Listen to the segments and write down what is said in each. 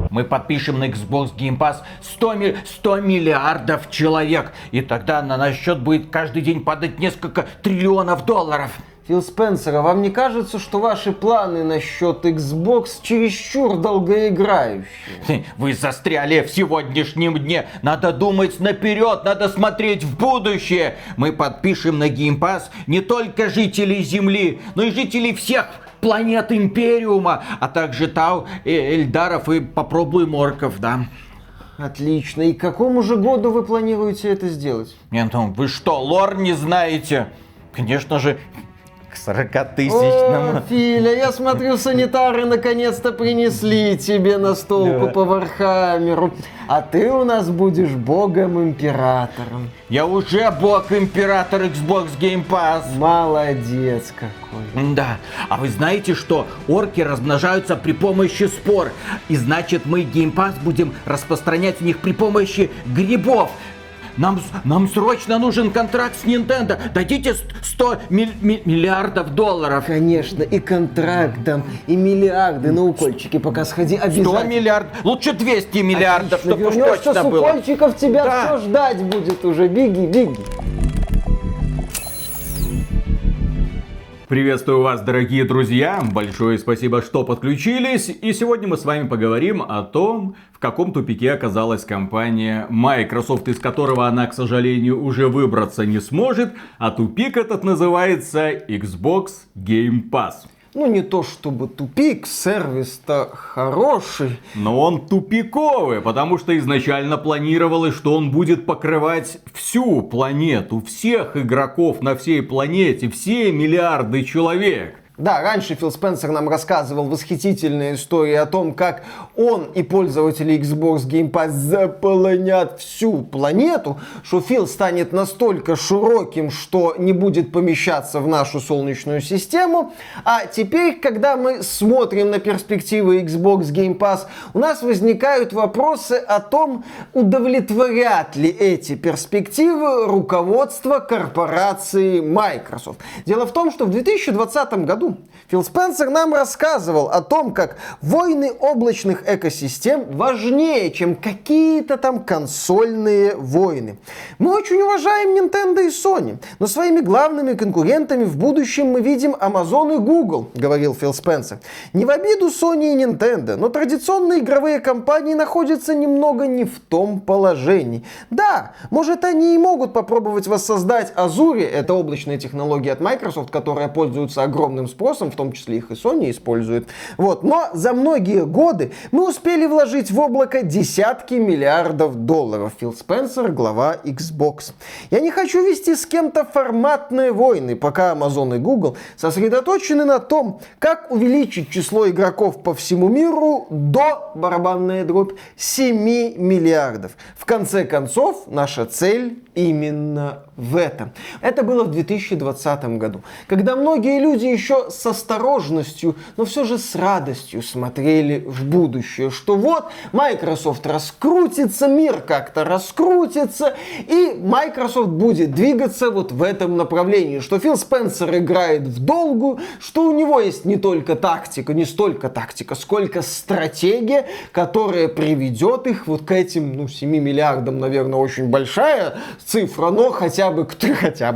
Мы подпишем на Xbox Game Pass 100 миллиардов человек. И тогда на наш счет будет каждый день падать несколько триллионов долларов. Фил Спенсер, а вам не кажется, что ваши планы насчет Xbox чересчур долгоиграющие? Вы застряли в сегодняшнем дне. Надо думать наперед, надо смотреть в будущее. Мы подпишем на Game Pass не только жителей Земли, но и жителей всех планет Империума, а также Тау, Эльдаров и попробуем орков, да. Отлично. И к какому же году вы планируете это сделать? Нет, ну вы что, лор не знаете? Конечно же, к 40-тысячному. О, Филя, я смотрю, санитары наконец-то принесли тебе настолку по Вархаммеру. А ты у нас будешь богом-императором. Я уже бог-император Xbox Game Pass. Молодец какой. Да. А вы знаете, что орки размножаются при помощи спор? И значит, мы Game Pass будем распространять в них при помощи грибов. Нам срочно нужен контракт с Nintendo. Дадите 100 миллиардов долларов. Конечно, и контракт дам, и миллиарды на укольчики пока сходи обязательно. 100 миллиардов, лучше 200 миллиардов, чтобы уж точно с было. укольчиков тебя Да. все ждать будет уже. Беги. Приветствую вас, дорогие друзья! Большое спасибо, что подключились. И сегодня мы с вами поговорим о том, в каком тупике оказалась компания Microsoft, из которого она, к сожалению, уже выбраться не сможет. А тупик этот называется Xbox Game Pass. Ну, не то чтобы тупик, сервис-то хороший. Но он тупиковый, потому что изначально планировалось, что он будет покрывать всю планету, всех игроков на всей планете, все миллиарды человек. Да, раньше Фил Спенсер нам рассказывал восхитительные истории о том, как он и пользователи Xbox Game Pass заполонят всю планету, что Фил станет настолько широким, что не будет помещаться в нашу Солнечную систему. А теперь, когда мы смотрим на перспективы Xbox Game Pass, у нас возникают вопросы о том, удовлетворят ли эти перспективы руководство корпорации Microsoft. Дело в том, что в 2020 году Фил Спенсер нам рассказывал о том, как войны облачных экосистем важнее, чем какие-то там консольные войны. Мы очень уважаем Nintendo и Sony, но своими главными конкурентами в будущем мы видим Amazon и Google, говорил Фил Спенсер. Не в обиду Sony и Nintendo, но традиционные игровые компании находятся немного не в том положении. Да, может они и могут попробовать воссоздать Azure, это облачная технология от Microsoft, которая пользуется огромным спросом, в том числе их и Sony использует. Вот. Но за многие годы мы успели вложить в облако десятки миллиардов долларов. Фил Спенсер, глава Xbox. Я не хочу вести с кем-то форматные войны, пока Amazon и Google сосредоточены на том, как увеличить число игроков по всему миру до, барабанная дробь, 7 миллиардов. В конце концов, наша цель именно в этом. Это было в 2020 году, когда многие люди еще с осторожностью, но все же с радостью смотрели в будущее, что вот Microsoft раскрутится, мир как-то раскрутится, и Microsoft будет двигаться вот в этом направлении, что Фил Спенсер играет в долгую, что у него есть не только тактика, не столько тактика, сколько стратегия, которая приведет их вот к этим, 7 миллиардам, наверное, очень большая цифра, но хотя бы к 3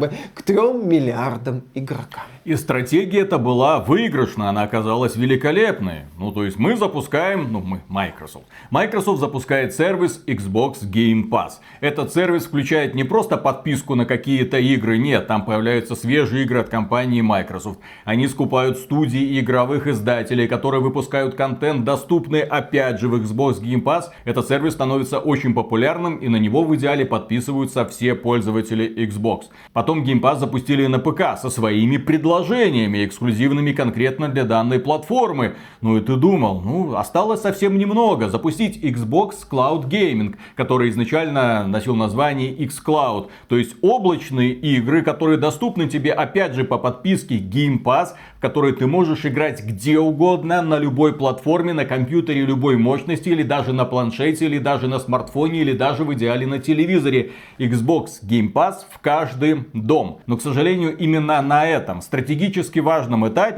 миллиардам игрокам. И стратегия эта была выигрышна, она оказалась великолепной. То есть мы запускаем, Microsoft. Microsoft запускает сервис Xbox Game Pass. Этот сервис включает не просто подписку на какие-то игры, нет, там появляются свежие игры от компании Microsoft. Они скупают студии игровых издателей, которые выпускают контент, доступный опять же в Xbox Game Pass. Этот сервис становится очень популярным, и на него в идеале подписываются все пользователи Xbox. Потом Game Pass запустили на ПК со своими предложениями, эксклюзивными конкретно для данной платформы. И ты думал, осталось совсем немного. Запустить Xbox Cloud Gaming, который изначально носил название xCloud. То есть облачные игры, которые доступны тебе опять же по подписке Game Pass, в которые ты можешь играть где угодно, на любой платформе, на компьютере любой мощности, или даже на планшете, или даже на смартфоне, или даже в идеале на телевизоре. Xbox Game Pass в каждый дом. Но, к сожалению, именно на этом стратегически важном этапе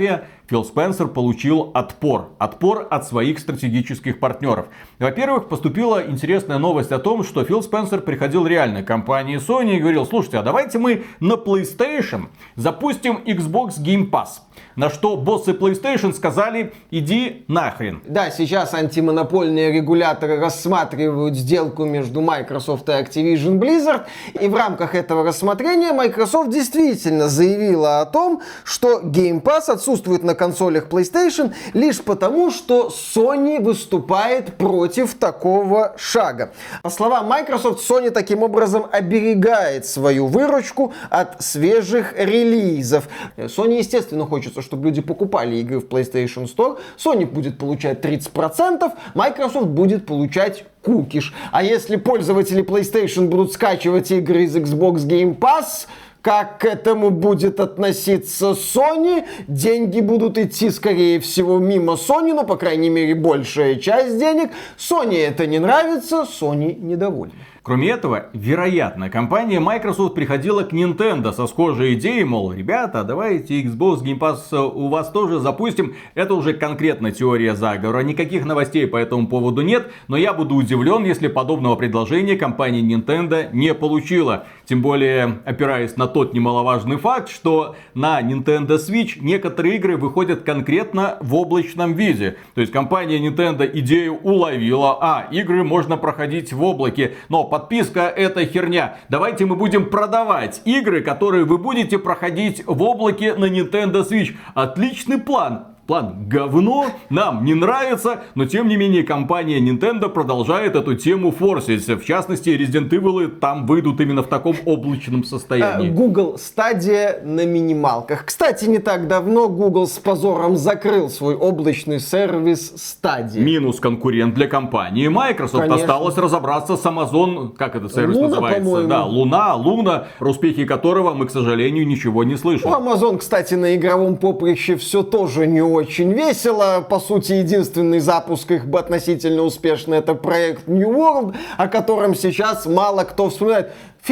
Фил Спенсер получил отпор. Отпор от своих стратегических партнеров. Во-первых, поступила интересная новость о том, что Фил Спенсер приходил реально к компании Sony и говорил: слушайте, а давайте мы на PlayStation запустим Xbox Game Pass. На что боссы PlayStation сказали: иди нахрен. Да, сейчас антимонопольные регуляторы рассматривают сделку между Microsoft и Activision Blizzard. И в рамках этого рассмотрения Microsoft действительно заявила о том, что Game Pass отсутствует на консолях PlayStation лишь потому, что Sony выступает против такого шага. По словам Microsoft, Sony таким образом оберегает свою выручку от свежих релизов. Sony, естественно, хочется, чтобы люди покупали игры в PlayStation Store. Sony будет получать 30%, Microsoft будет получать кукиш. А если пользователи PlayStation будут скачивать игры из Xbox Game Pass, как к этому будет относиться Sony? Деньги будут идти, скорее всего, мимо Sony, но, по крайней мере, большая часть денег. Sony это не нравится, Sony недовольна. Кроме этого, вероятно, компания Microsoft приходила к Nintendo со схожей идеей, мол, ребята, давайте Xbox Game Pass у вас тоже запустим. Это уже конкретно теория заговора, никаких новостей по этому поводу нет, но я буду удивлен, если подобного предложения компания Nintendo не получила. Тем более, опираясь на тот немаловажный факт, что на Nintendo Switch некоторые игры выходят конкретно в облачном виде. То есть компания Nintendo идею уловила, игры можно проходить в облаке, но подписка это херня. Давайте мы будем продавать игры, которые вы будете проходить в облаке на Nintendo Switch. Отличный план. План говно, нам не нравится, но тем не менее компания Nintendo продолжает эту тему форсить. В частности, Resident Evil там выйдут именно в таком облачном состоянии. Google Stadia на минималках. Кстати, не так давно Google с позором закрыл свой облачный сервис Stadia. Минус конкурент для компании Microsoft. Конечно. Осталось разобраться с Amazon, как это сервис Luna, называется? по-моему. Да, Luna, про успехи которого мы, к сожалению, ничего не слышим. У Amazon, кстати, на игровом поприще все тоже не очень весело. По сути, единственный запуск их относительно успешный — это проект New World, о котором сейчас мало кто вспоминает.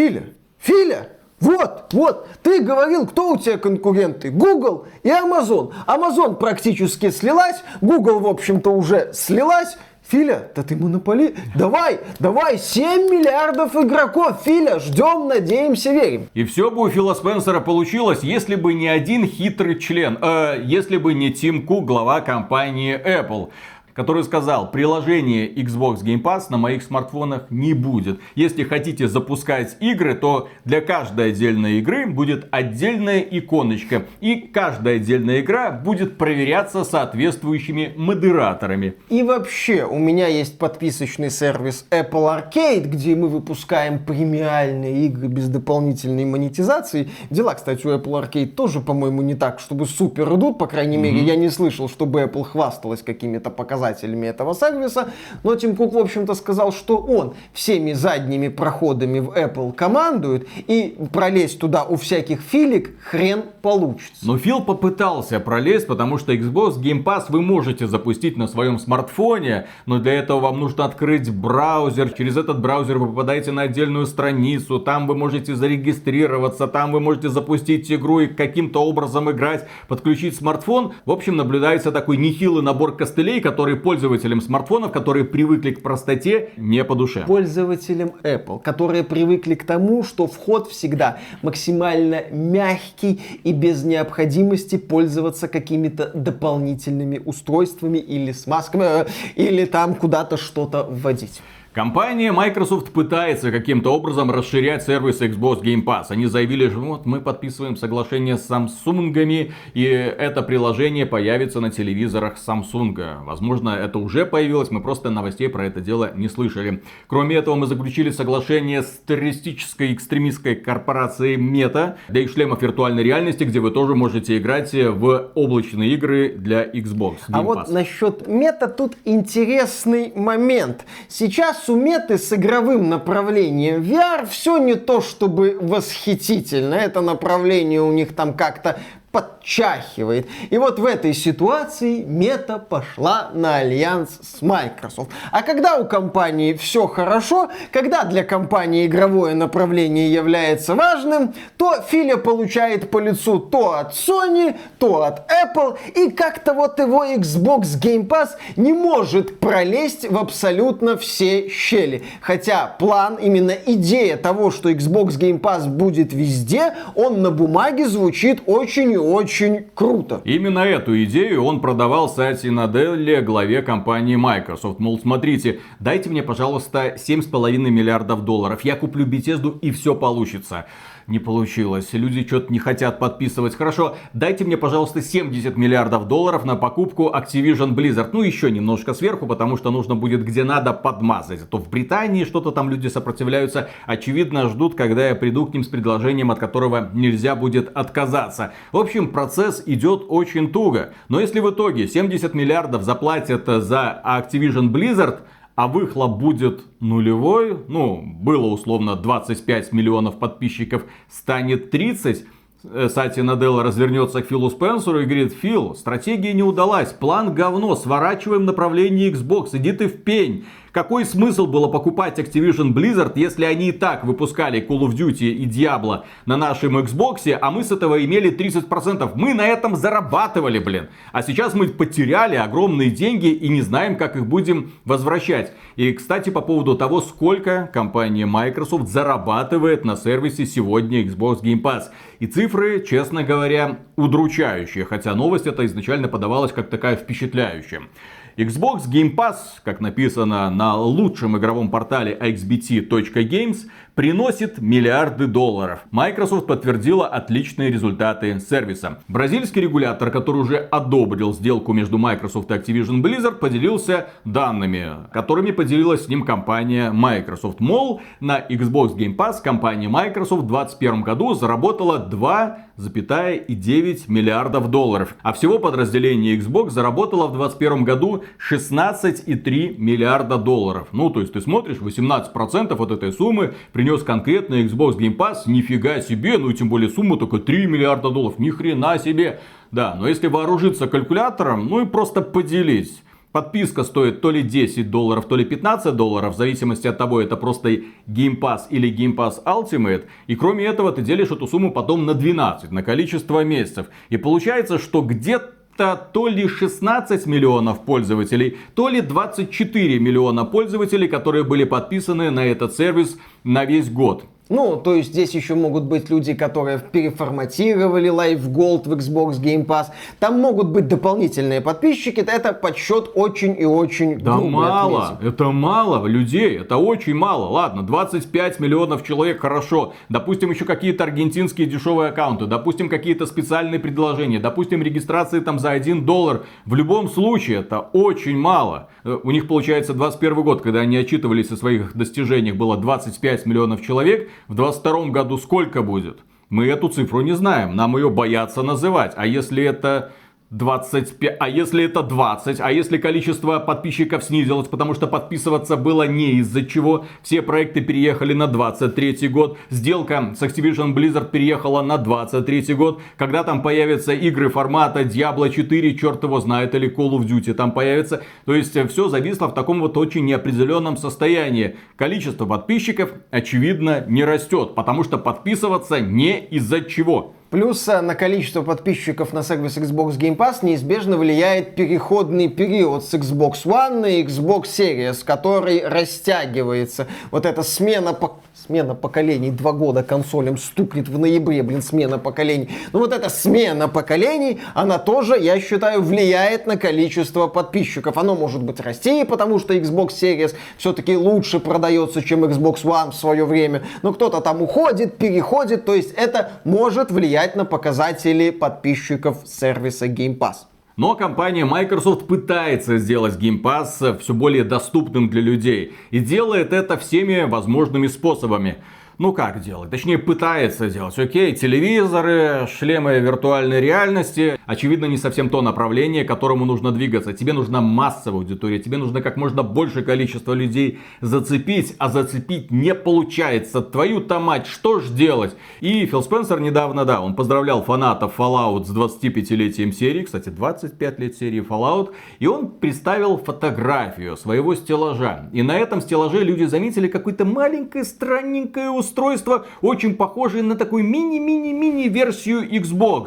Филя, вот, ты говорил, кто у тебя конкуренты? Google и Amazon. Amazon практически слилась, Google, в общем-то, уже слилась. Филя, да ты монополист. Давай, 7 миллиардов игроков. Филя, ждем, надеемся, верим. И все бы у Фила Спенсера получилось, если бы не один хитрый член, если бы не Тим Кук, глава компании Apple, который сказал: приложение Xbox Game Pass на моих смартфонах не будет. Если хотите запускать игры, то для каждой отдельной игры будет отдельная иконочка. И каждая отдельная игра будет проверяться соответствующими модераторами. И вообще, у меня есть подписочный сервис Apple Arcade, где мы выпускаем премиальные игры без дополнительной монетизации. Дела, кстати, у Apple Arcade тоже, по-моему, не так, чтобы супер идут. По крайней мере, я не слышал, чтобы Apple хвасталась какими-то показателями этого сервиса. Но Тим Кук, в общем-то, сказал, что он всеми задними проходами в Apple командует, и пролезть туда у всяких филик хрен получится. Но Фил попытался пролезть, потому что Xbox Game Pass вы можете запустить на своем смартфоне, но для этого вам нужно открыть браузер. Через этот браузер вы попадаете на отдельную страницу, там вы можете зарегистрироваться, там вы можете запустить игру и каким-то образом играть, подключить смартфон. В общем, наблюдается такой нехилый набор костылей, который пользователям смартфонов, которые привыкли к простоте, не по душе. Пользователям Apple, которые привыкли к тому, что вход всегда максимально мягкий и без необходимости пользоваться какими-то дополнительными устройствами или смазками, или там куда-то что-то вводить. Компания Microsoft пытается каким-то образом расширять сервис Xbox Game Pass. Они заявили, что вот мы подписываем соглашение с Samsung, и это приложение появится на телевизорах Samsung. Возможно, это уже появилось, мы просто новостей про это дело не слышали. Кроме этого, мы заключили соглашение с террористической экстремистской корпорацией Meta для их шлемов виртуальной реальности, где вы тоже можете играть в облачные игры для Xbox Game Pass. А вот насчет Meta тут интересный момент. Сейчас у Меты с игровым направлением VR все не то чтобы восхитительно. Это направление у них там как-то подчахивает. И вот в этой ситуации Мета пошла на альянс с Microsoft. А когда у компании все хорошо, когда для компании игровое направление является важным, то Филя получает по лицу то от Sony, то от Apple, и как-то вот его Xbox Game Pass не может пролезть в абсолютно все щели. Хотя план, именно идея того, что Xbox Game Pass будет везде, он на бумаге звучит очень и очень круто. Именно эту идею он продавал Сатье Наделле, главе компании Microsoft. Мол, смотрите, дайте мне, пожалуйста, $7,5 миллиардов. Я куплю Bethesda и все получится. Не получилось. Люди что-то не хотят подписывать. Хорошо, дайте мне, пожалуйста, $70 миллиардов на покупку Activision Blizzard. Ну, еще немножко сверху, потому что нужно будет где надо подмазать. А то в Британии что-то там люди сопротивляются. Очевидно, ждут, когда я приду к ним с предложением, от которого нельзя будет отказаться. В общем, процесс идет очень туго. Но если в итоге 70 миллиардов заплатят за Activision Blizzard, а выхлоп будет нулевой, ну, было условно 25 миллионов подписчиков, станет 30, Сатья Наделла развернется к Филу Спенсеру и говорит: Фил, стратегия не удалась, план говно, сворачиваем направление Xbox, иди ты в пень. Какой смысл было покупать Activision Blizzard, если они и так выпускали Call of Duty и Diablo на нашем Xbox, а мы с этого имели 30%. Мы на этом зарабатывали, блин. А сейчас мы потеряли огромные деньги и не знаем, как их будем возвращать. И, кстати, по поводу того, сколько компания Microsoft зарабатывает на сервисе сегодня Xbox Game Pass. И цифры, честно говоря, удручающие. Хотя новость эта изначально подавалась как такая впечатляющая. Xbox Game Pass, как написано на лучшем игровом портале xbt.games, приносит миллиарды долларов. Microsoft подтвердила отличные результаты сервиса. Бразильский регулятор, который уже одобрил сделку между Microsoft и Activision Blizzard, поделился данными, которыми поделилась с ним компания Microsoft. Мол, на Xbox Game Pass компания Microsoft в 2021 году заработала 2,9 миллиардов долларов. А всего подразделение Xbox заработало в 2021 году 16,3 миллиарда долларов. Ну, то есть ты смотришь, 18% от этой суммы принес конкретно Xbox Game Pass. Нифига себе, ну и тем более сумма только 3 миллиарда долларов. Ни хрена себе. Да, но если вооружиться калькулятором, ну и просто поделить. Подписка стоит то ли $10, то ли $15, в зависимости от того, это просто Game Pass или Game Pass Ultimate. И кроме этого ты делишь эту сумму потом на 12, на количество месяцев. И получается, что где-то то ли 16 миллионов пользователей, то ли 24 миллиона пользователей, которые были подписаны на этот сервис на весь год. Ну, то есть здесь еще могут быть люди, которые переформатировали Live Gold в Xbox Game Pass. Там могут быть дополнительные подписчики. Это подсчет очень и очень да грубый, мало, отметим. это мало людей, это очень мало. Ладно, 25 миллионов человек, хорошо. Допустим, еще какие-то аргентинские дешевые аккаунты. Допустим, какие-то специальные предложения. Допустим, регистрации там за $1. В любом случае, это очень мало. У них получается 21 год, когда они отчитывались о своих достижениях, было 25 миллионов человек. В 22 году сколько будет? Мы эту цифру не знаем. Нам ее боятся называть. А если это 25, а если это 20, а если количество подписчиков снизилось, потому что подписываться было не из-за чего, все проекты переехали на 23 год, сделка с Activision Blizzard переехала на 23 год, когда там появятся игры формата Diablo 4, черт его знает, или Call of Duty там появится, то есть все зависло в таком вот очень неопределенном состоянии. Количество подписчиков, очевидно, не растет, потому что подписываться не из-за чего. Плюс на количество подписчиков на сервис Xbox Game Pass неизбежно влияет переходный период с Xbox One на Xbox Series, который растягивается. Вот эта смена поколений, 2 года консолям стукнет в ноябре, смена поколений. Но вот эта смена поколений, она тоже, я считаю, влияет на количество подписчиков. Оно может быть расти, потому что Xbox Series все-таки лучше продается, чем Xbox One в свое время. Но кто-то там уходит, переходит, то есть это может влиять на показатели подписчиков сервиса Game Pass. Но компания Microsoft пытается сделать Game Pass все более доступным для людей. И делает это всеми возможными способами. ну как делать, точнее пытается делать. Окей, телевизоры, шлемы виртуальной реальности, очевидно, не совсем то направление, к которому нужно двигаться. Тебе нужна массовая аудитория, тебе нужно как можно большее количество людей зацепить, а зацепить не получается. Твою-то мать, что ж делать? И Фил Спенсер недавно, да, он поздравлял фанатов Fallout с 25-летием серии, кстати, 25 лет серии Fallout, и он представил фотографию своего стеллажа. И на этом стеллаже люди заметили какое-то маленькое странненькое устройство, очень похожее на такую мини-мини-мини версию Xbox.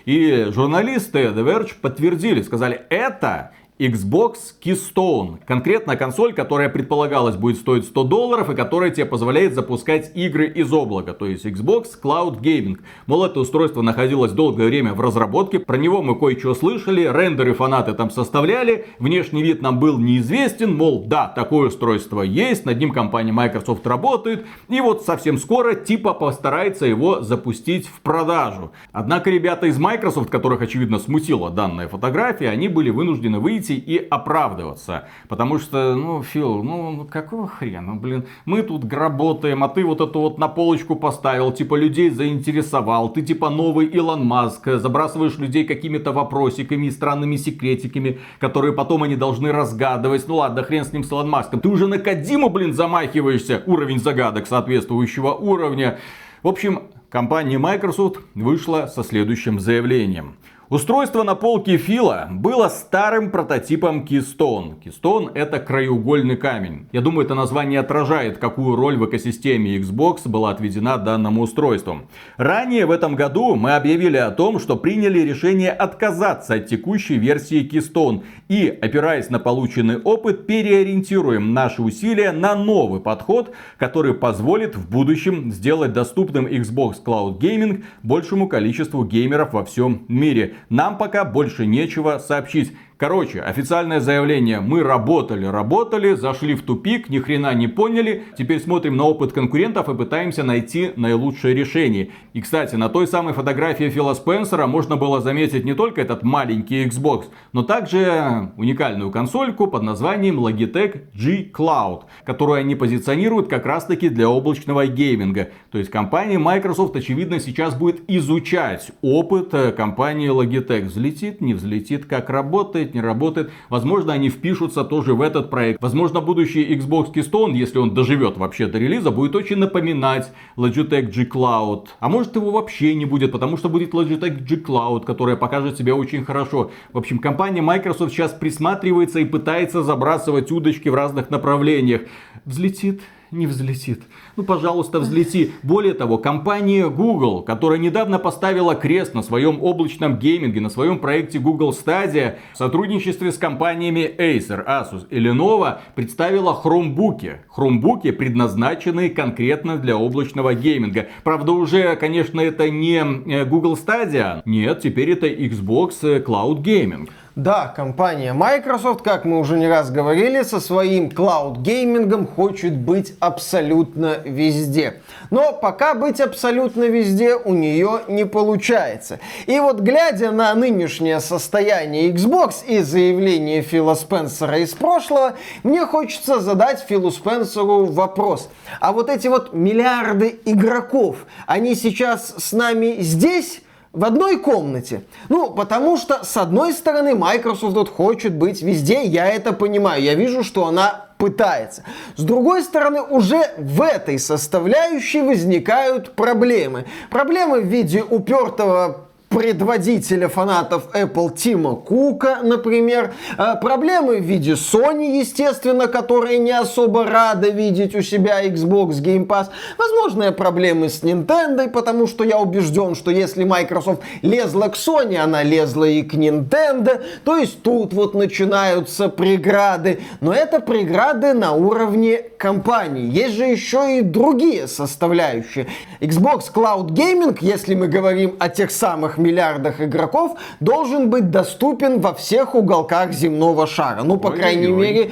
И журналисты The Verge подтвердили, сказали, это Xbox Keystone. Конкретно консоль, которая предполагалось будет стоить $100 и которая тебе позволяет запускать игры из облака. То есть Xbox Cloud Gaming. Мол, это устройство находилось долгое время в разработке. Про него мы кое-что слышали. Рендеры фанаты там составляли. Внешний вид нам был неизвестен. Мол, да, такое устройство есть. Над ним компания Microsoft работает. И вот совсем скоро типа постарается его запустить в продажу. Однако ребята из Microsoft, которых очевидно смутила данная фотография, они были вынуждены выйти и оправдываться. Потому что, ну, Фил, ну, какого хрена, блин, мы тут работаем, а ты вот эту вот на полочку поставил, типа, людей заинтересовал, ты типа новый Илон Маск, забрасываешь людей какими-то вопросиками и странными секретиками, которые потом они должны разгадывать. Ну ладно, хрен с ним, с Илон Маском. Ты уже на Кодзиму, блин, замахиваешься. Уровень загадок соответствующего уровня. В общем, компания Microsoft вышла со следующим заявлением. Устройство на полке Фила было старым прототипом Keystone. Keystone — это краеугольный камень. Я думаю, это название отражает, какую роль в экосистеме Xbox была отведена данному устройству. Ранее в этом году мы объявили о том, что приняли решение отказаться от текущей версии Keystone. И, опираясь на полученный опыт, переориентируем наши усилия на новый подход, который позволит в будущем сделать доступным Xbox Cloud Gaming большему количеству геймеров во всем мире. Нам пока больше нечего сообщить. Короче, официальное заявление: мы работали, зашли в тупик, ни хрена не поняли. Теперь смотрим на опыт конкурентов и пытаемся найти наилучшее решение. И, кстати, на той самой фотографии Фила Спенсера можно было заметить не только этот маленький Xbox, но также уникальную консольку под названием Logitech G Cloud, которую они позиционируют как раз таки для облачного гейминга. То есть компания Microsoft, очевидно, сейчас будет изучать опыт компании Logitech. Взлетит, не взлетит, как работает, не работает. Возможно, они впишутся тоже в этот проект. Возможно, будущий Xbox Keystone, если он доживет вообще до релиза, будет очень напоминать Logitech G Cloud. А может, его вообще не будет, потому что будет Logitech G Cloud, которая покажет себя очень хорошо. В общем, компания Microsoft сейчас присматривается и пытается забрасывать удочки в разных направлениях. Взлетит, не взлетит. Ну, пожалуйста, взлети. Более того, компания Google, которая недавно поставила крест на своем облачном гейминге, на своем проекте Google Stadia, в сотрудничестве с компаниями Acer, Asus и Lenovo, представила хромбуки. Хромбуки, предназначенные конкретно для облачного гейминга. Правда, уже, конечно, это не Google Stadia. Нет, теперь это Xbox Cloud Gaming. Да, компания Microsoft, как мы уже не раз говорили, со своим клауд-геймингом хочет быть абсолютно везде. Но пока быть абсолютно везде у нее не получается. И вот глядя на нынешнее состояние Xbox и заявление Фила Спенсера из прошлого, мне хочется задать Филу Спенсеру вопрос. А вот эти вот миллиарды игроков, они сейчас с нами здесь? В одной комнате. Ну, потому что, с одной стороны, Microsoft вот хочет быть везде, я это понимаю. Я вижу, что она пытается. С другой стороны, уже в этой составляющей возникают проблемы. Проблемы в виде упертого предводителя фанатов Apple Тима Кука, например. Проблемы в виде Sony, естественно, которые не особо рады видеть у себя Xbox Game Pass. Возможные проблемы с Nintendo, потому что я убежден, что если Microsoft лезла к Sony, она лезла и к Nintendo. То есть тут вот начинаются преграды. Но это преграды на уровне компании. Есть же еще и другие составляющие. Xbox Cloud Gaming, если мы говорим о тех самых миллиардах игроков, должен быть доступен во всех уголках земного шара. Ну, по крайней мере,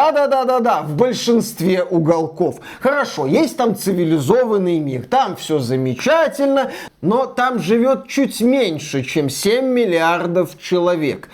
да, в большинстве уголков. Хорошо, есть там цивилизованный мир, там все замечательно, но там живет чуть меньше, чем 7 миллиардов человек.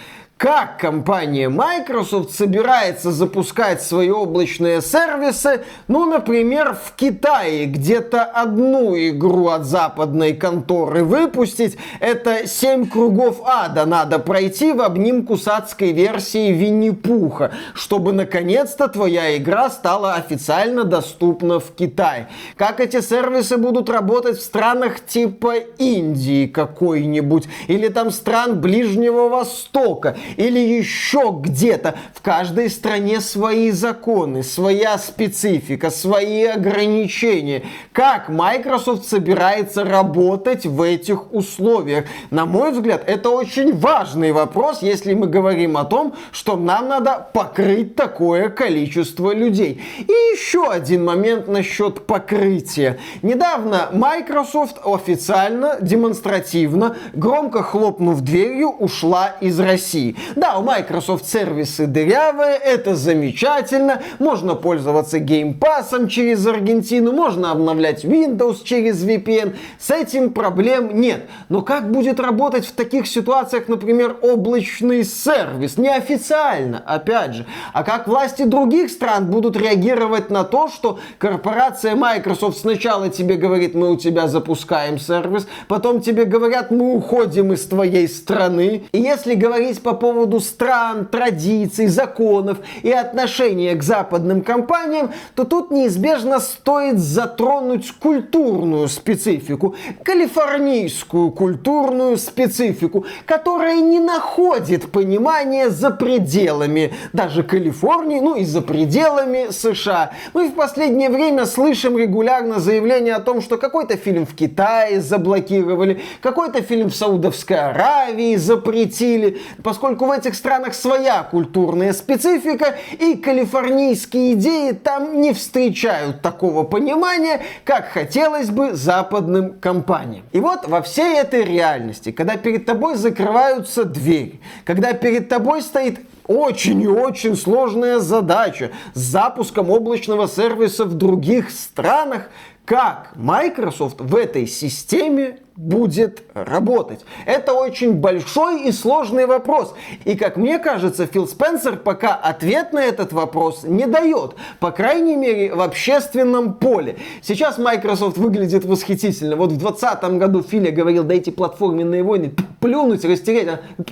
как компания Microsoft собирается запускать свои облачные сервисы, ну, например, в Китае где-то одну игру от западной конторы выпустить, это 7 кругов ада надо пройти в обнимку с адской версией Винни-Пуха, чтобы наконец-то твоя игра стала официально доступна в Китае. Как эти сервисы будут работать в странах типа Индии какой-нибудь, или там стран Ближнего Востока, или еще где-то. В каждой стране свои законы, своя специфика, свои ограничения. Как Microsoft собирается работать в этих условиях? На мой взгляд, это очень важный вопрос, если мы говорим о том, что нам надо покрыть такое количество людей. И еще один момент насчет покрытия. Недавно Microsoft официально, демонстративно, громко хлопнув дверью, ушла из России. Да, у Microsoft сервисы дырявые, это замечательно, можно пользоваться Game Pass'ом через Аргентину, можно обновлять Windows через VPN, с этим проблем нет. Но как будет работать в таких ситуациях, например, облачный сервис? Неофициально, опять же. А как власти других стран будут реагировать на то, что корпорация Microsoft сначала тебе говорит, мы у тебя запускаем сервис, потом тебе говорят, мы уходим из твоей страны. И если говорить по поводу стран, традиций, законов и отношения к западным компаниям, то тут неизбежно стоит затронуть культурную специфику, калифорнийскую культурную специфику, которая не находит понимания за пределами даже Калифорнии, ну и за пределами США. Мы в последнее время слышим регулярно заявления о том, что какой-то фильм в Китае заблокировали, какой-то фильм в Саудовской Аравии запретили, поскольку в этих странах своя культурная специфика, и калифорнийские идеи там не встречают такого понимания, как хотелось бы западным компаниям. И вот во всей этой реальности, когда перед тобой закрываются двери, когда перед тобой стоит очень и очень сложная задача с запуском облачного сервиса в других странах, как Microsoft в этой системе будет работать? Это очень большой и сложный вопрос. И, как мне кажется, Фил Спенсер пока ответ на этот вопрос не дает. По крайней мере, в общественном поле. Сейчас Microsoft выглядит восхитительно. Вот в 2020 году Филя говорил, да эти платформенные войны, плюнуть, растереть,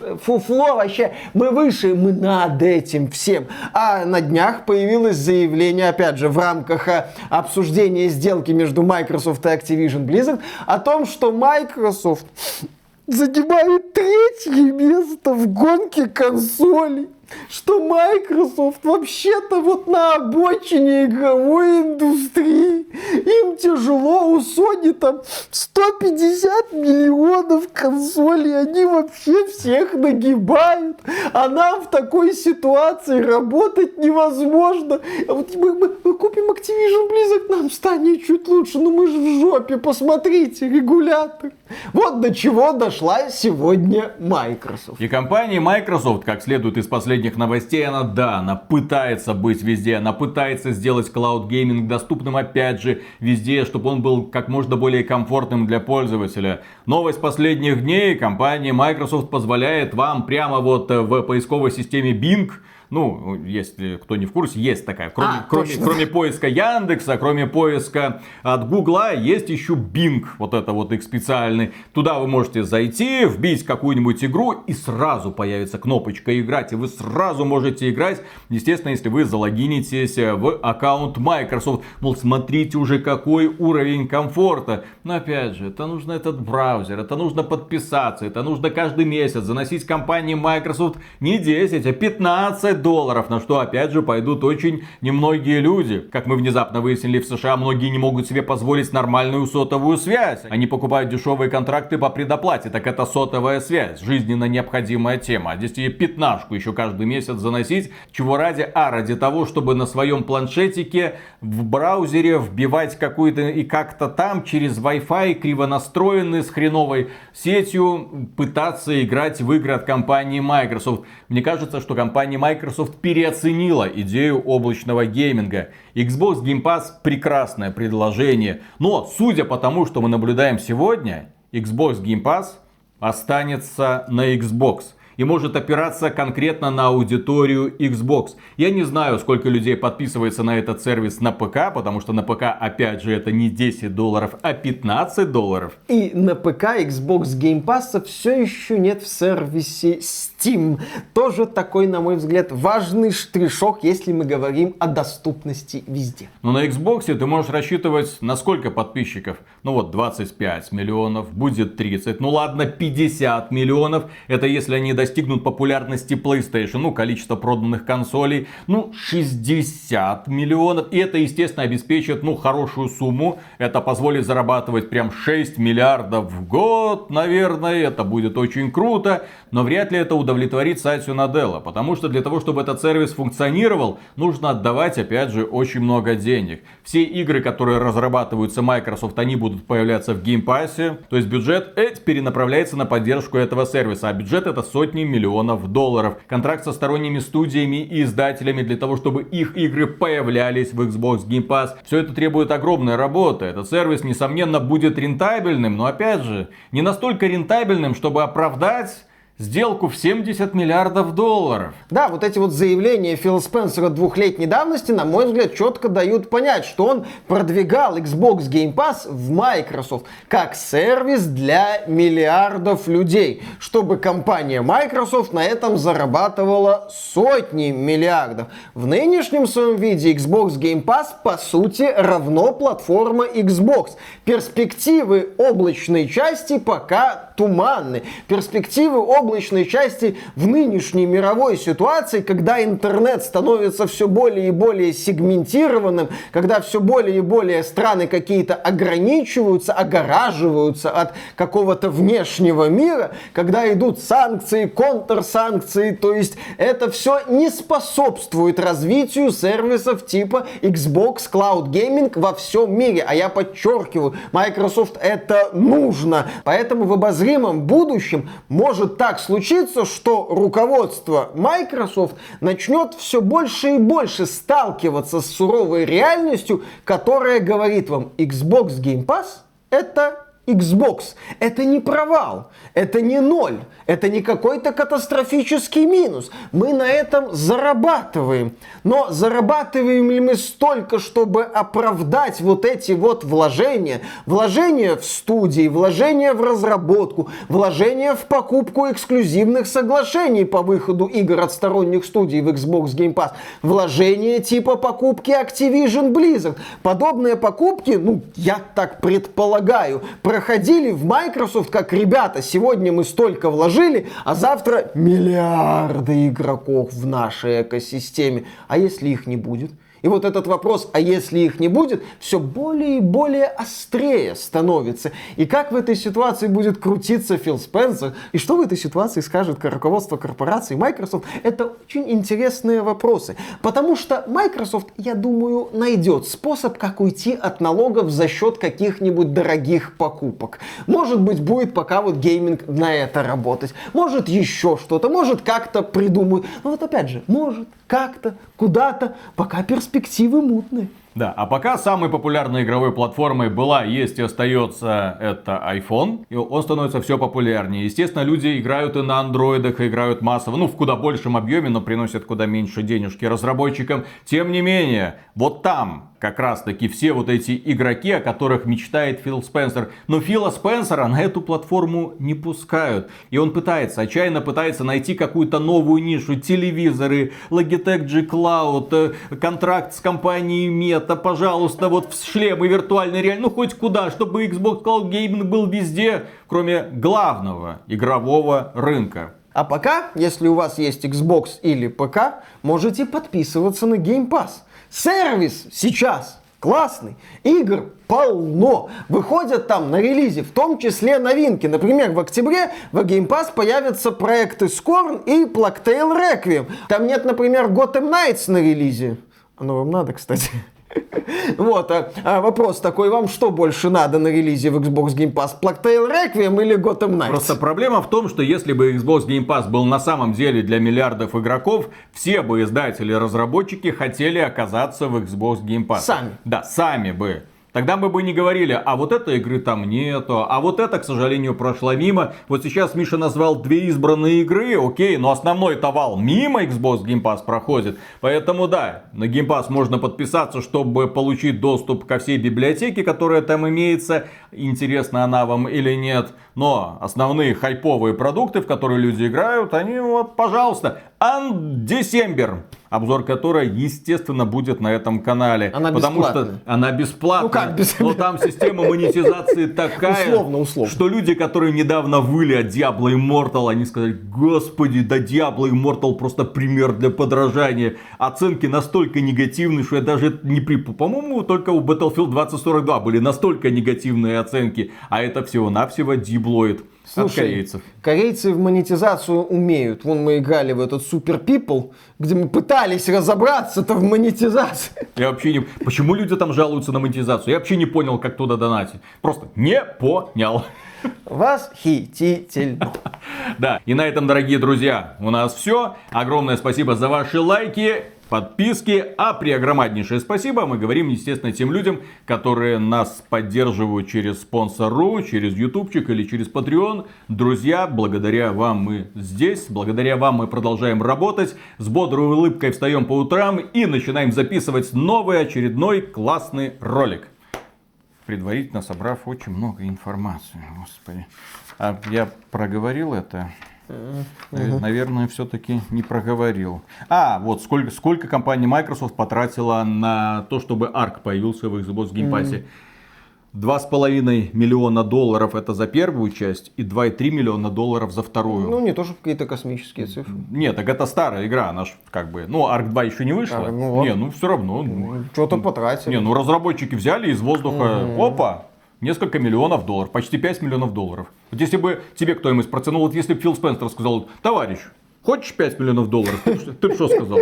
фуфло вообще, мы выше, мы над этим всем. А на днях появилось заявление, опять же, в рамках обсуждения сделки между Microsoft и Activision Blizzard, о том, что Microsoft занимает 3-е место в гонке консолей. Что Microsoft вообще-то вот на обочине игровой индустрии. Им тяжело, у Sony там 150 миллионов консолей, они вообще всех нагибают. А нам в такой ситуации работать невозможно. А вот мы купим Activision Blizzard, нам станет чуть лучше, но мы же в жопе, посмотрите, регулятор. Вот до чего дошла сегодня Microsoft. И компания Microsoft, как следует из последних новостей, она пытается быть везде, она пытается сделать клауд-гейминг доступным, опять же, везде, чтобы он был как можно более комфортным для пользователя. Новость последних дней: компания Microsoft позволяет вам прямо вот в поисковой системе Bing, ну, если кто не в курсе, есть такая. Кроме поиска Яндекса, кроме поиска от Гугла, есть еще Bing. Вот это вот их специальный. Туда вы можете зайти, вбить какую-нибудь игру, и сразу появится кнопочка «Играть». И вы сразу можете играть. Естественно, если вы залогинитесь в аккаунт Microsoft. Мол, смотрите уже, какой уровень комфорта. Но опять же, это нужно этот браузер, это нужно подписаться, это нужно каждый месяц заносить компании Microsoft не 10, а 15 долларов, на что опять же пойдут очень немногие люди. Как мы внезапно выяснили, в США многие не могут себе позволить нормальную сотовую связь. Они покупают дешевые контракты по предоплате. Так это сотовая связь, жизненно необходимая тема. А здесь и 15 еще каждый месяц заносить. Чего ради? Ради того, чтобы на своем планшетике в браузере вбивать какую-то и как-то там через Wi-Fi криво настроенный с хреновой сетью пытаться играть в игры от компании Microsoft. Мне кажется, что компания Microsoft переоценила идею облачного гейминга. Xbox Game Pass прекрасное предложение. Но, судя по тому, что мы наблюдаем сегодня, Xbox Game Pass останется на Xbox. и может опираться конкретно на аудиторию Xbox. Я не знаю, сколько людей подписывается на этот сервис на ПК, потому что на ПК, опять же, это не $10, а $15. И на ПК Xbox Game Pass все еще нет в сервисе Steam. Тоже такой, на мой взгляд, важный штришок, если мы говорим о доступности везде. Но на Xbox ты можешь рассчитывать на сколько подписчиков? Ну вот 25 миллионов, будет 30, ну ладно 50 миллионов. Это если они достигнут популярности PlayStation, ну количество проданных консолей, ну 60 миллионов. И это, естественно, обеспечит, ну, хорошую сумму. Это позволит зарабатывать прям 6 миллиардов в год, наверное. Это будет очень круто. Но вряд ли это удовлетворит Сатью Наделла. Потому что для того, чтобы этот сервис функционировал, нужно отдавать, опять же, очень много денег. Все игры, которые разрабатываются Microsoft, они будут появляться в Game Pass. То есть бюджет перенаправляется на поддержку этого сервиса. А бюджет это сотни миллионов долларов. Контракт со сторонними студиями и издателями для того, чтобы их игры появлялись в Xbox Game Pass. Все это требует огромной работы. Этот сервис, несомненно, будет рентабельным. Но опять же, не настолько рентабельным, чтобы оправдать сделку в 70 миллиардов долларов. Да, вот эти вот заявления Фила Спенсера двухлетней давности, на мой взгляд, четко дают понять, что он продвигал Xbox Game Pass в Microsoft как сервис для миллиардов людей, чтобы компания Microsoft на этом зарабатывала сотни миллиардов. В нынешнем своем виде Xbox Game Pass по сути равно платформа Xbox. Перспективы облачной части пока туманны. Перспективы облачной части в нынешней мировой ситуации, когда интернет становится все более и более сегментированным, когда все более и более страны какие-то ограничиваются, огораживаются от какого-то внешнего мира, когда идут санкции, контрсанкции, то есть это все не способствует развитию сервисов типа Xbox Cloud Gaming во всем мире. А я подчеркиваю, Microsoft это нужно. Поэтому в обозримом будущем может так случиться, что руководство Microsoft начнет все больше и больше сталкиваться с суровой реальностью, которая говорит вам: Xbox Game Pass это Xbox. Это не провал, это не ноль, это не какой-то катастрофический минус. Мы на этом зарабатываем. Но зарабатываем ли мы столько, чтобы оправдать вот эти вот вложения? Вложения в студии, вложения в разработку, вложения в покупку эксклюзивных соглашений по выходу игр от сторонних студий в Xbox Game Pass, вложения типа покупки Activision Blizzard. Подобные покупки, ну, я так предполагаю, проходили в Microsoft как: ребята, сегодня мы столько вложили, а завтра миллиарды игроков в нашей экосистеме. А если их не будет? И вот этот вопрос, а если их не будет, все более и более острее становится. И как в этой ситуации будет крутиться Фил Спенсер, и что в этой ситуации скажет руководство корпорации Microsoft, это очень интересные вопросы. Потому что Microsoft, я думаю, найдет способ, как уйти от налогов за счет каких-нибудь дорогих покупок. Может быть, будет пока вот гейминг на это работать. Может, еще что-то. Может, как-то придумают. Но вот опять же, может, как-то, куда-то, пока перспективы мутные. Да, а пока самой популярной игровой платформой была, есть и остается это iPhone. И он становится все популярнее. Естественно, люди играют и на андроидах, играют массово, ну в куда большем объеме, но приносят куда меньше денежки разработчикам. Тем не менее, вот там как раз таки все вот эти игроки, о которых мечтает Фил Спенсер. Но Фила Спенсера на эту платформу не пускают. И он отчаянно пытается найти какую-то новую нишу. Телевизоры, Logitech G Cloud, контракт с компанией Meta, пожалуйста, вот в шлемы виртуальной реальности, ну хоть куда, чтобы Xbox Cloud Gaming был везде, кроме главного игрового рынка. А пока, если у вас есть Xbox или ПК, можете подписываться на Game Pass. Сервис сейчас классный, игр полно. Выходят там на релизе, в том числе новинки. Например, в октябре в Game Pass появятся проекты Scorn и Plague Tale Requiem. Там нет, например, Gotham Knights на релизе. Оно вам надо, кстати. Вот, вопрос такой: вам что больше надо на релизе в Xbox Game Pass? Plague Tale Requiem или Gotham Knights? Просто проблема в том, что если бы Xbox Game Pass был на самом деле для миллиардов игроков, все бы издатели и разработчики хотели оказаться в Xbox Game Pass. Сами. Да, сами бы. Тогда мы бы не говорили, а вот этой игры там нету, а вот это, к сожалению, прошла мимо. Вот сейчас Миша назвал 2 избранные игры, окей, но основной вал мимо Xbox Game Pass проходит. Поэтому да, на Game Pass можно подписаться, чтобы получить доступ ко всей библиотеке, которая там имеется. Интересна она вам или нет. Но основные хайповые продукты, в которые люди играют, они вот, пожалуйста. Undecember, обзор которой, естественно, будет на этом канале. Она потому бесплатная. что она бесплатная. Ну как бесплатная? Но там система монетизации такая, Условно. что люди, которые недавно выли от Diablo Immortal, они сказали: господи, да Diablo Immortal просто пример для подражания. Оценки настолько негативные, что я даже не припомню. По-моему, только у Battlefield 2042 были настолько негативные оценки. А это всего-навсего диблоид. От корейцев. Корейцы в монетизацию умеют. Вон мы играли в этот Super People, где мы пытались разобраться-то в монетизации. Я вообще не... Почему люди там жалуются на монетизацию? Я вообще не понял, как туда донатить. Просто не понял. Восхитительно. Да, и на этом, дорогие друзья, у нас все. Огромное спасибо за ваши лайки, подписки, а преогромаднейшее спасибо мы говорим, естественно, тем людям, которые нас поддерживают через Sponsor.ru, через ютубчик или через Patreon. Друзья, благодаря вам мы здесь, благодаря вам мы продолжаем работать, с бодрой улыбкой встаем по утрам и начинаем записывать новый очередной классный ролик. Предварительно собрав очень много информации, господи. А я проговорил это? Наверное, все-таки не проговорил. Вот сколько компания Microsoft потратила на то, чтобы Ark появился в Xbox Game Pass. $2,5 миллиона это за первую часть и $2,3 миллиона за вторую. Ну, не то, что какие-то космические цифры. Нет, так это старая игра, она ж как бы, Ark 2 еще не вышла. Все равно. Что-то потратили. Разработчики взяли из воздуха, опа, несколько миллионов долларов, почти $5 миллионов. Вот если бы тебе кто-нибудь протянул, вот если бы Фил Спенсер сказал: товарищ, хочешь $5 миллионов, ты бы что сказал?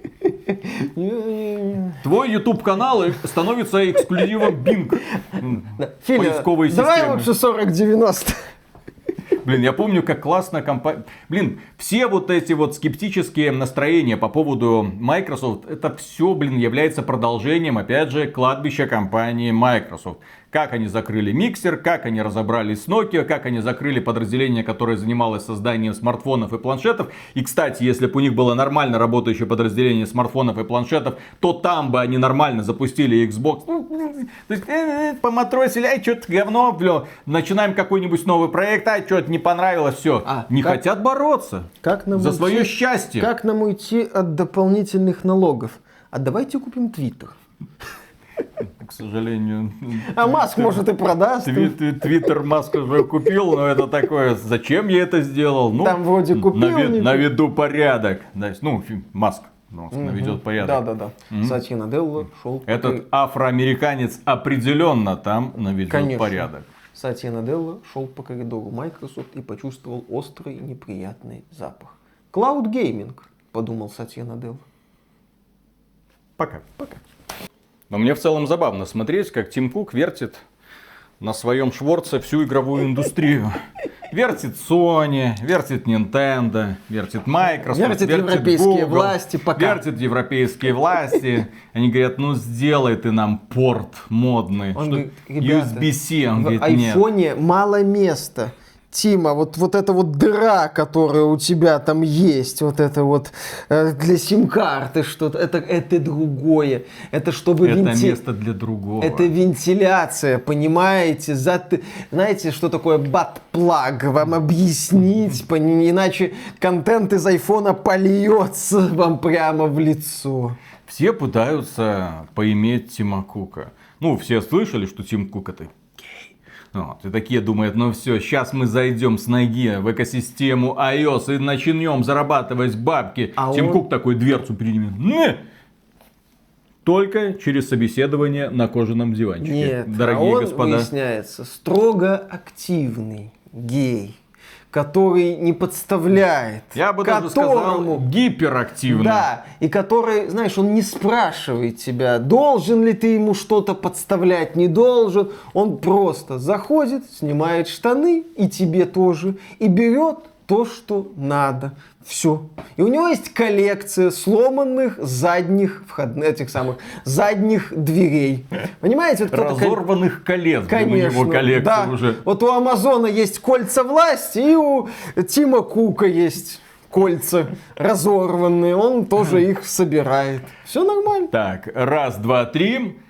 Твой YouTube канал становится эксклюзивом Bing. Поисковой системы. Давай лучше 40-90. Я помню, как классно компания... все вот эти вот скептические настроения по поводу Microsoft, это все, является продолжением, опять же, кладбища компании Microsoft. Как они закрыли Mixer, как они разобрались с Nokia, как они закрыли подразделение, которое занималось созданием смартфонов и планшетов. И, кстати, если бы у них было нормально работающее подразделение смартфонов и планшетов, то там бы они нормально запустили Xbox. То есть, поматросили, что-то говно, начинаем какой-нибудь новый проект, что-то не понравилось, все. Хотят бороться за свое счастье. Как нам уйти от дополнительных налогов? А давайте купим Твиттер. К сожалению. А Маск, может, и продаст. Твиттер Маск уже купил, но это такое, зачем я это сделал? Там вроде купил. Наведу порядок. Маск наведет порядок. Да. Сатья Наделла шел. Этот афроамериканец определенно там наведет порядок. Сатья Наделла шел по коридору Microsoft и почувствовал острый и неприятный запах. Cloud Gaming, подумал Сатья Наделла. Пока. Но мне в целом забавно смотреть, как Тим Кук вертит на своем шворце всю игровую индустрию. Вертит Sony, вертит Nintendo, вертит Microsoft, вертит европейские Google, власти пока. Вертит европейские власти. Они говорят: сделай ты нам порт модный. Он говорит: USB-C. Он говорит: в айфоне мало места. Тима, вот эта вот дыра, которая у тебя там есть, вот это вот для сим-карты что-то, это другое. Это чтобы это место для другого. Это вентиляция, понимаете? Знаете, что такое бат-плаг? Вам объяснить, иначе контент из айфона польется вам прямо в лицо. Все пытаются поиметь Тима Кука. Все слышали, что Тим Кук это... И такие думают: все, сейчас мы зайдем с ноги в экосистему iOS и начнем зарабатывать бабки. Тим Кук такой дверцу перед ними. Только через собеседование на кожаном диванчике. Нет, дорогие господа. Выясняется, строго активный гей, который не подставляет. Я бы даже сказал, гиперактивный. Да, и который, знаешь, он не спрашивает тебя, должен ли ты ему что-то подставлять, не должен. Он просто заходит, снимает штаны, и тебе тоже, и берет то, что надо. Все. И у него есть коллекция сломанных задних задних дверей. Понимаете? Вот Разорванных колец. Конечно, У него коллекция да. уже. Вот у Амазона есть кольца власти, и у Тима Кука есть кольца разорванные. Он тоже их собирает. Все нормально. Так, раз, два, три.